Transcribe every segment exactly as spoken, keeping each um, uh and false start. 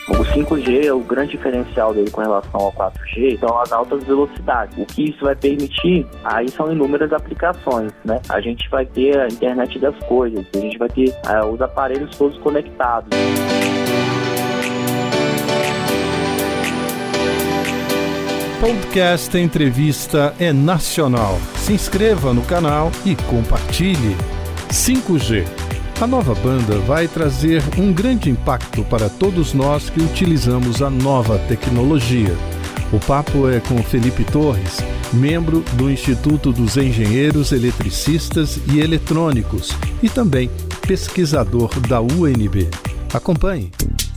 O cinco G, o grande diferencial dele com relação ao quatro G são as altas velocidades. O que isso vai permitir, aí são inúmeras aplicações, né? A gente vai ter a internet das coisas, a gente vai ter uh, os aparelhos todos conectados. Podcast Entrevista é nacional. Se inscreva no canal e compartilhe. cinco G. A nova banda vai trazer um grande impacto para todos nós que utilizamos a nova tecnologia. O papo é com Felipe Torres, membro do Instituto dos Engenheiros Eletricistas e Eletrônicos e também pesquisador da U N B. Acompanhe.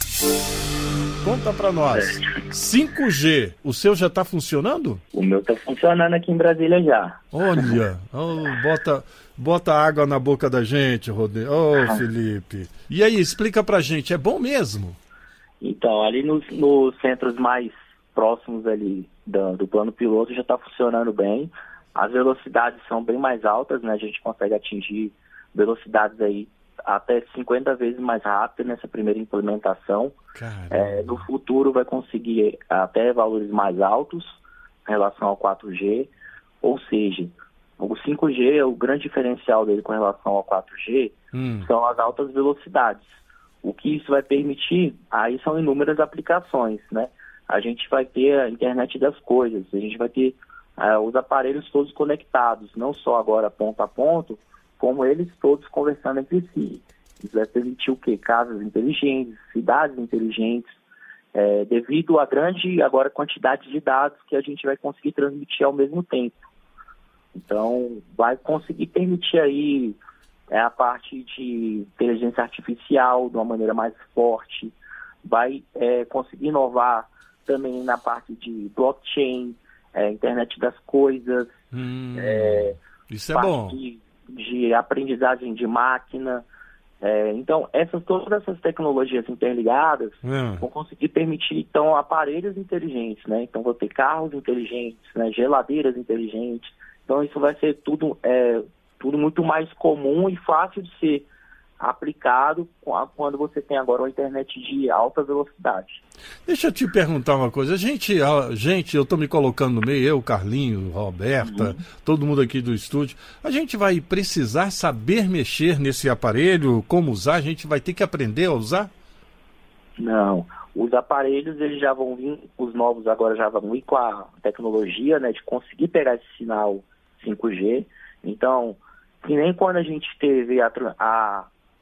Conta para nós. cinco G, o seu já está funcionando? O meu está funcionando aqui em Brasília já. Olha, oh, bota, bota água na boca da gente, Rodrigo. Ô, oh, Felipe. E aí, explica pra gente, é bom mesmo? Então, ali nos, nos centros mais próximos ali do, do plano piloto já está funcionando bem. As velocidades são bem mais altas, né? A gente consegue atingir velocidades aí até cinquenta vezes mais rápido nessa primeira implementação. É, no futuro vai conseguir até valores mais altos em relação ao quatro G, ou seja, o cinco G, o grande diferencial dele com relação ao quatro G hum. são as altas velocidades. O que isso vai permitir, aí são inúmeras aplicações, né? A gente vai ter a internet das coisas, a gente vai ter uh, os aparelhos todos conectados, não só agora ponto a ponto, como eles todos conversando entre si. Isso vai permitir o quê? Casas inteligentes, cidades inteligentes, é, devido à grande agora quantidade de dados que a gente vai conseguir transmitir ao mesmo tempo. Então, vai conseguir permitir aí é, a parte de inteligência artificial de uma maneira mais forte, vai é, conseguir inovar também na parte de blockchain, é, internet das coisas, hum, é, isso é bom. De, de aprendizagem de máquina. É, então, essas, todas essas tecnologias interligadas hum. vão conseguir permitir, então, aparelhos inteligentes, né? Então, vou ter carros inteligentes, né? Geladeiras inteligentes. Então, isso vai ser tudo, é, tudo muito mais comum e fácil de ser aplicado quando você tem agora uma internet de alta velocidade. Deixa eu te perguntar uma coisa. A gente, a gente eu estou me colocando no meio, eu, Carlinho, Roberta, uhum. todo mundo aqui do estúdio. A gente vai precisar saber mexer nesse aparelho, como usar? A gente vai ter que aprender a usar? Não. Os aparelhos, eles já vão vir, os novos agora já vão vir com a tecnologia, né, de conseguir pegar esse sinal cinco G. Então, que nem quando a gente teve a, a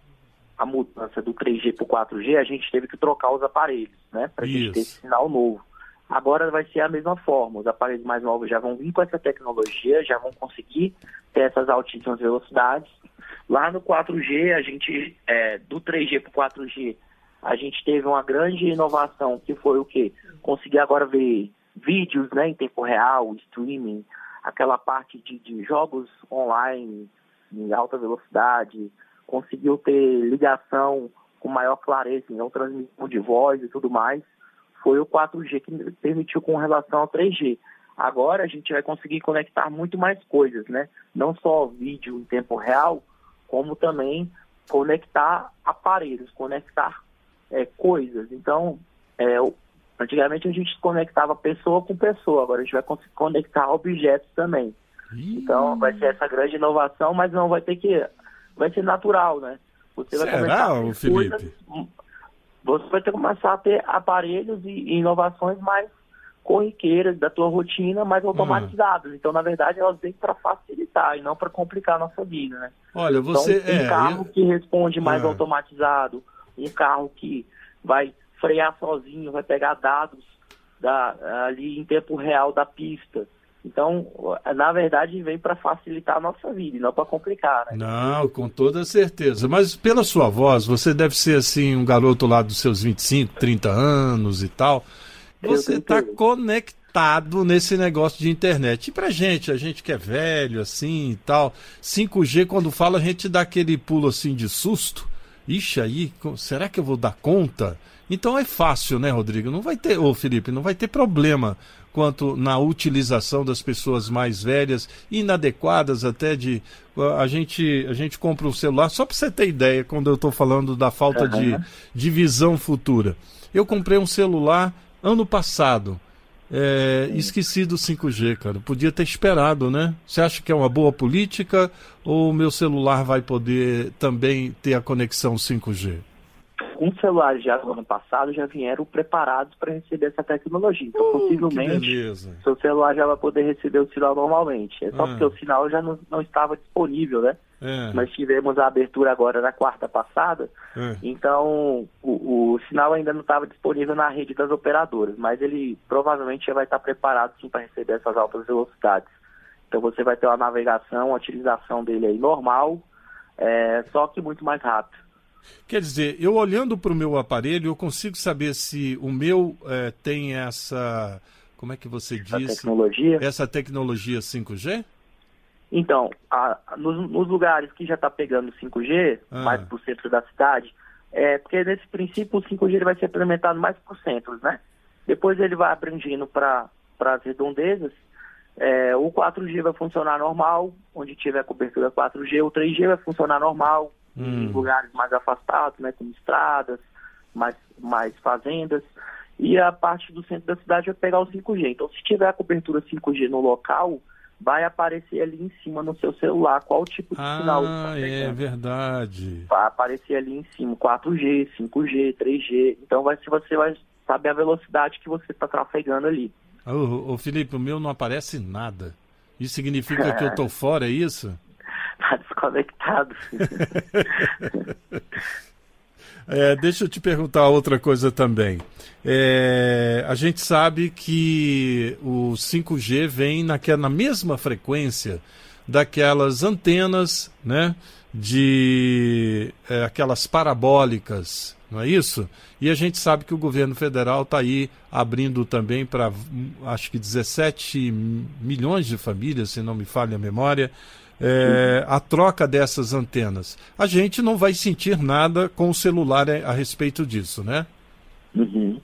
a mudança do três G para o quatro G, a gente teve que trocar os aparelhos, né? Para a gente ter esse sinal novo. Agora vai ser a mesma forma. Os aparelhos mais novos já vão vir com essa tecnologia, já vão conseguir ter essas altíssimas velocidades. Lá no quatro G, a gente, é, do três G para o quatro G, a gente teve uma grande inovação, que foi o quê? Conseguir agora ver vídeos, né, em tempo real, streaming, aquela parte de, de jogos online em alta velocidade, conseguiu ter ligação com maior clareza, não transmissão de voz e tudo mais. Foi o quatro G que permitiu com relação ao três G. Agora a gente vai conseguir conectar muito mais coisas, né? Não só vídeo em tempo real, como também conectar aparelhos, conectar é, coisas. Então, é, antigamente a gente conectava pessoa com pessoa, agora a gente vai conseguir conectar objetos também. Ih. Então vai ser essa grande inovação, mas não vai ter que... vai ser natural, né? Você vai Será, começar a ter Felipe? coisas, você vai ter que começar a ter aparelhos e, e inovações mais corriqueiras da tua rotina, mais automatizadas. Hum. Então, na verdade, elas vêm para facilitar e não para complicar a nossa vida, né? Olha, você... Então, um é, carro eu... que responde mais ah. automatizado, um carro que vai frear sozinho, vai pegar dados da, ali em tempo real da pista. Então, na verdade, vem para facilitar a nossa vida e não para complicar, né? Não, com toda certeza. Mas pela sua voz, você deve ser assim um garoto lá dos seus vinte e cinco, trinta anos e tal. Você está conectado nesse negócio de internet. E pra gente, a gente que é velho assim e tal, cinco G, quando fala, a gente dá aquele pulo assim de susto. Ixi, aí, será que eu vou dar conta? Então é fácil, né, Rodrigo? Não vai ter, ô Felipe, não vai ter problema quanto na utilização das pessoas mais velhas, inadequadas até de... A gente, a gente compra um celular, só para você ter ideia, quando eu estou falando da falta uhum. de, de visão futura. Eu comprei um celular ano passado, é, esqueci do cinco G, cara. Podia ter esperado, né? Você acha que é uma boa política ou o meu celular vai poder também ter a conexão cinco G? Alguns celulares já do ano passado já vieram preparados para receber essa tecnologia. Então, uh, possivelmente, seu celular já vai poder receber o sinal normalmente. É só ah. porque o sinal já não, não estava disponível, né? É. Nós tivemos a abertura agora na quarta passada, é. então o, o sinal ainda não estava disponível na rede das operadoras, mas ele provavelmente já vai estar preparado sim para receber essas altas velocidades. Então você vai ter uma navegação, uma utilização dele aí normal, é, só que muito mais rápido. Quer dizer, eu olhando para o meu aparelho, eu consigo saber se o meu é, tem essa, como é que você diz? Essa tecnologia? Essa tecnologia cinco G? Então, a, nos, nos lugares que já está pegando cinco G, ah. mais para o centro da cidade, é porque nesse princípio o cinco G ele vai ser implementado mais para os centros, né? Depois ele vai abrangindo para as redondezas, é, o quatro G vai funcionar normal, onde tiver cobertura quatro G, o três G vai funcionar normal, hum. em lugares mais afastados, né, como estradas, mais, mais fazendas, e a parte do centro da cidade vai pegar o cinco G. Então, se tiver a cobertura cinco G no local, vai aparecer ali em cima no seu celular qual tipo de ah, sinal. Ah, é verdade. Vai aparecer ali em cima quatro G, cinco G, três G. Então vai, você vai saber a velocidade que você está trafegando ali. Ô, ô Felipe, o meu não aparece nada. Isso significa que eu estou fora, é isso? Está desconectado. É, deixa eu te perguntar outra coisa também. É, a gente sabe que o cinco G vem naquela, na mesma frequência daquelas antenas, né, de é, aquelas parabólicas, não é isso? E a gente sabe que o governo federal está aí abrindo também para, acho que dezessete milhões de famílias, se não me falha a memória, É, a troca dessas antenas. A gente não vai sentir nada com o celular a respeito disso, né? Uhum.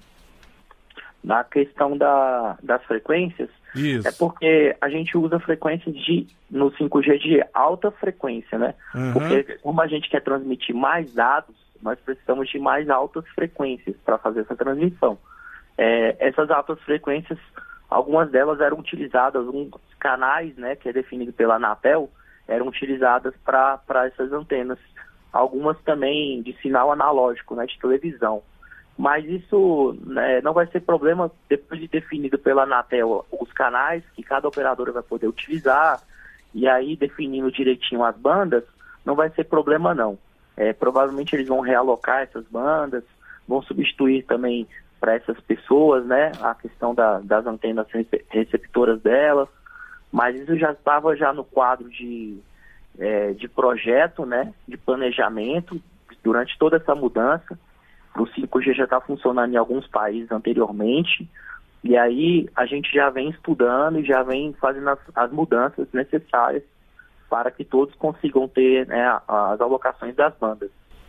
Na questão da, das frequências, Isso. é porque a gente usa frequências de, no cinco G de alta frequência, né? Uhum. Porque como a gente quer transmitir mais dados, nós precisamos de mais altas frequências para fazer essa transmissão. É, essas altas frequências, algumas delas eram utilizadas, alguns canais, né, que é definido pela Anatel, eram utilizadas para essas antenas. Algumas também de sinal analógico, né, de televisão. Mas isso, né, não vai ser problema depois de definido pela Anatel os canais que cada operadora vai poder utilizar, e aí definindo direitinho as bandas, não vai ser problema não. É, provavelmente eles vão realocar essas bandas, vão substituir também para essas pessoas, né, a questão da, das antenas receptoras delas, mas isso já estava já no quadro de, é, de projeto, né, de planejamento, durante toda essa mudança. O cinco G já está funcionando em alguns países anteriormente, e aí a gente já vem estudando e já vem fazendo as, as mudanças necessárias para que todos consigam ter, né, as alocações das bandas.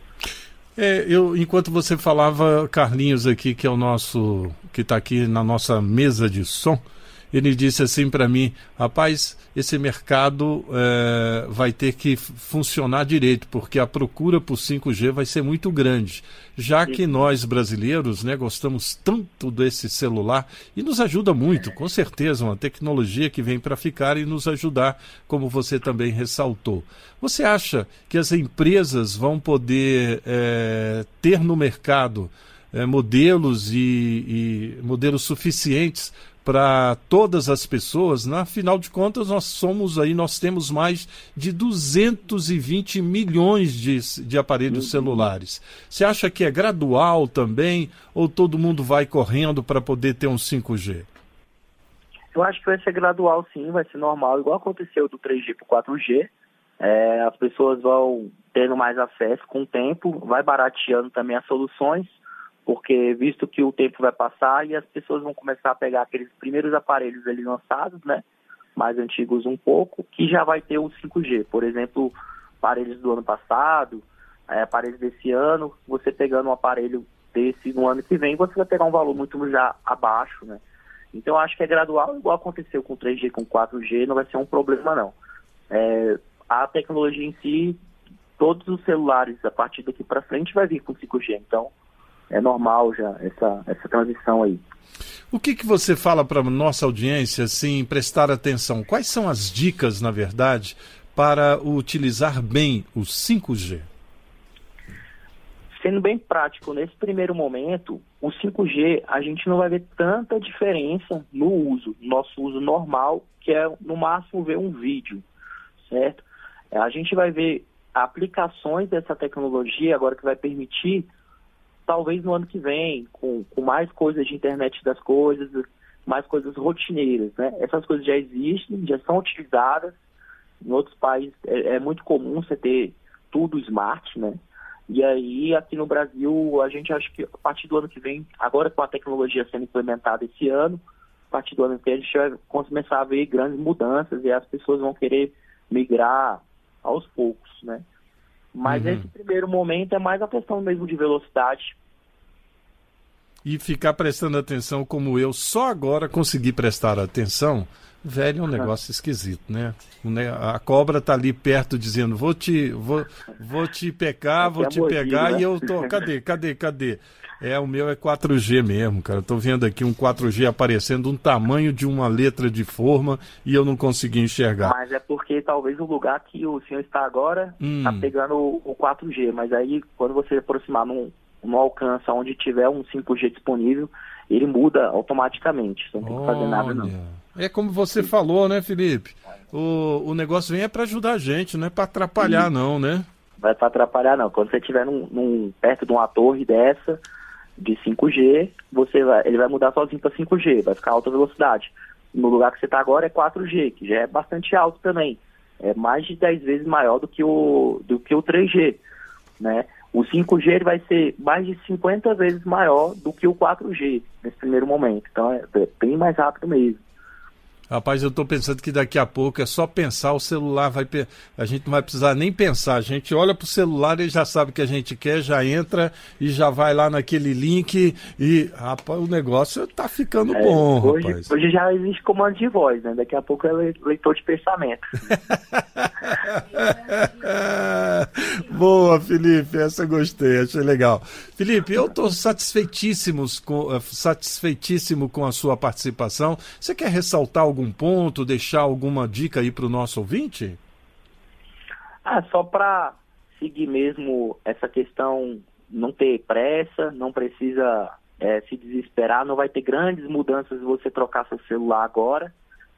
É, eu, enquanto você falava, Carlinhos aqui, que é o nosso, que está aqui na nossa mesa de som, ele disse assim para mim: rapaz, esse mercado é, vai ter que funcionar direito, porque a procura por cinco G vai ser muito grande, já que nós brasileiros, né, gostamos tanto desse celular, e nos ajuda muito, com certeza, uma tecnologia que vem para ficar e nos ajudar, como você também ressaltou. Você acha que as empresas vão poder é, ter no mercado é, modelos e, e modelos suficientes para todas as pessoas? Na Afinal de contas, nós somos aí, nós temos mais de duzentos e vinte milhões de, de aparelhos uhum. celulares. Você acha que é gradual também, ou todo mundo vai correndo para poder ter um cinco G? Eu acho que vai ser gradual, sim, vai ser normal, igual aconteceu do três G para o quatro G. É, as pessoas vão tendo mais acesso com o tempo, vai barateando também as soluções, porque visto que o tempo vai passar e as pessoas vão começar a pegar aqueles primeiros aparelhos ali lançados, né, mais antigos um pouco, que já vai ter o cinco G. Por exemplo, aparelhos do ano passado, é, aparelhos desse ano, você pegando um aparelho desse no ano que vem, você vai pegar um valor muito já abaixo, né. Então, eu acho que é gradual, igual aconteceu com três G, com quatro G, não vai ser um problema, não. É, a tecnologia em si, todos os celulares, a partir daqui para frente, vai vir com cinco G, então é normal já essa, essa transição aí. O que, que você fala para a nossa audiência, assim, prestar atenção? Quais são as dicas, na verdade, para utilizar bem o cinco G? Sendo bem prático, nesse primeiro momento, o cinco G a gente não vai ver tanta diferença no uso, no nosso uso normal, que é no máximo ver um vídeo, certo? A gente vai ver aplicações dessa tecnologia agora que vai permitir, talvez no ano que vem, com, com mais coisas de internet das coisas, mais coisas rotineiras, né? Essas coisas já existem, já são utilizadas. Em outros países é, é muito comum você ter tudo smart, né? E aí, aqui no Brasil, a gente acha que a partir do ano que vem, agora com a tecnologia sendo implementada esse ano, a partir do ano que vem a gente vai começar a ver grandes mudanças e as pessoas vão querer migrar aos poucos, né? Mas uhum. Esse primeiro momento é mais a questão mesmo de velocidade. E ficar prestando atenção como eu só agora consegui prestar atenção, velho, é um negócio esquisito, né? A cobra tá ali perto dizendo, vou te, vou, vou te pegar, vou te pegar, né? E eu tô, cadê, cadê, cadê? É, o meu é quatro G mesmo, cara. Eu tô vendo aqui um quatro G aparecendo, um tamanho de uma letra de forma e eu não consegui enxergar. Mas é porque talvez o lugar que o senhor está agora hum. tá pegando o, o quatro G, mas aí quando você aproximar num, num alcance onde tiver um cinco G disponível, ele muda automaticamente, você não tem que fazer nada não. É como você falou, né, Felipe? O, o negócio vem é para ajudar a gente, não é para atrapalhar, Sim. não, né? Vai para atrapalhar, não. Quando você estiver num, num, perto de uma torre dessa, de cinco G, você vai, ele vai mudar sozinho para cinco G, vai ficar alta velocidade. No lugar que você está agora é quatro G, que já é bastante alto também. É mais de dez vezes maior do que o, do que o três G, né? O cinco G ele vai ser mais de cinquenta vezes maior do que o quatro G nesse primeiro momento. Então é bem mais rápido mesmo. Rapaz, eu estou pensando que daqui a pouco é só pensar, o celular vai... Pe... A gente não vai precisar nem pensar. A gente olha para o celular e já sabe o que a gente quer, já entra e já vai lá naquele link e, rapaz, o negócio está ficando é, bom, hoje, rapaz. Hoje já existe comando de voz, né? Daqui a pouco é leitor de pensamento. Boa, Felipe, essa eu gostei, achei legal. Felipe, eu estou satisfeitíssimo com, satisfeitíssimo com a sua participação. Você quer ressaltar algum ponto, deixar alguma dica aí para o nosso ouvinte? Ah, só para seguir mesmo essa questão, não ter pressa, não precisa é, se desesperar, não vai ter grandes mudanças se você trocar seu celular agora.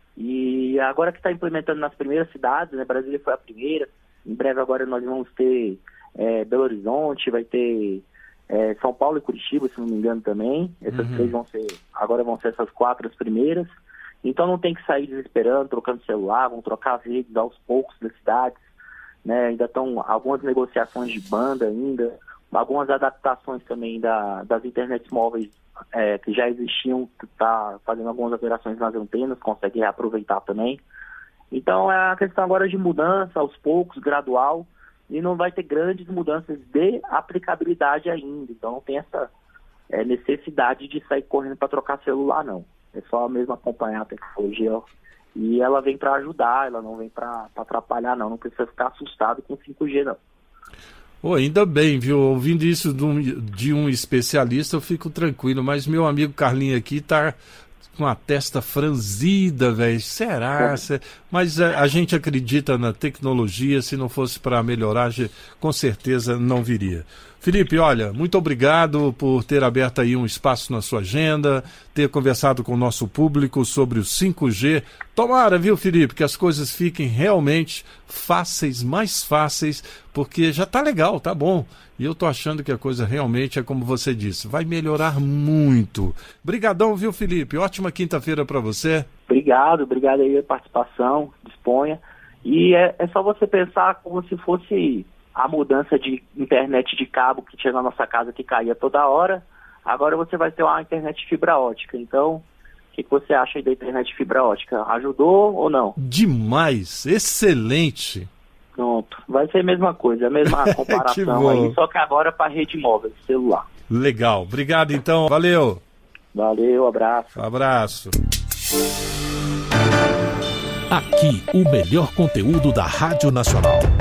E agora que está implementando nas primeiras cidades, né, Brasília foi a primeira, em breve agora nós vamos ter é, Belo Horizonte, vai ter é, São Paulo e Curitiba, se não me engano também. Essas uhum. três vão ser, agora vão ser essas quatro as primeiras. Então não tem que sair desesperando, trocando celular, vão trocar as redes aos poucos das cidades, né? Ainda estão algumas negociações de banda ainda, algumas adaptações também da, das internets móveis é, que já existiam, está fazendo algumas alterações nas antenas, consegue reaproveitar também. Então é a questão agora de mudança aos poucos, gradual, e não vai ter grandes mudanças de aplicabilidade ainda. Então não tem essa é, necessidade de sair correndo para trocar celular, não. É só mesmo acompanhar a tecnologia, ó. E ela vem para ajudar, ela não vem para atrapalhar, não. Não precisa ficar assustado com cinco G, não. Oh, ainda bem, viu? Ouvindo isso de um, de um especialista, eu fico tranquilo. Mas meu amigo Carlinhos aqui tá com a testa franzida, velho. Será? É. Mas a, a gente acredita na tecnologia. Se não fosse para melhorar, com certeza não viria. Felipe, olha, muito obrigado por ter aberto aí um espaço na sua agenda, ter conversado com o nosso público sobre o cinco G. Tomara, viu, Felipe, que as coisas fiquem realmente fáceis, mais fáceis, porque já tá legal, tá bom. E eu tô achando que a coisa realmente é como você disse, vai melhorar muito. Brigadão, viu, Felipe? Ótima quinta-feira para você. Obrigado, obrigado aí pela participação, disponha. E é, é só você pensar como se fosse a mudança de internet de cabo que tinha na nossa casa que caía toda hora. Agora você vai ter uma internet de fibra ótica. Então, o que, que você acha aí da internet de fibra ótica? Ajudou ou não? Demais, excelente. Pronto, vai ser a mesma coisa, a mesma comparação aí, só que agora para rede móvel, celular. Legal, obrigado então, valeu. Valeu, abraço. Abraço. Aqui, o melhor conteúdo da Rádio Nacional.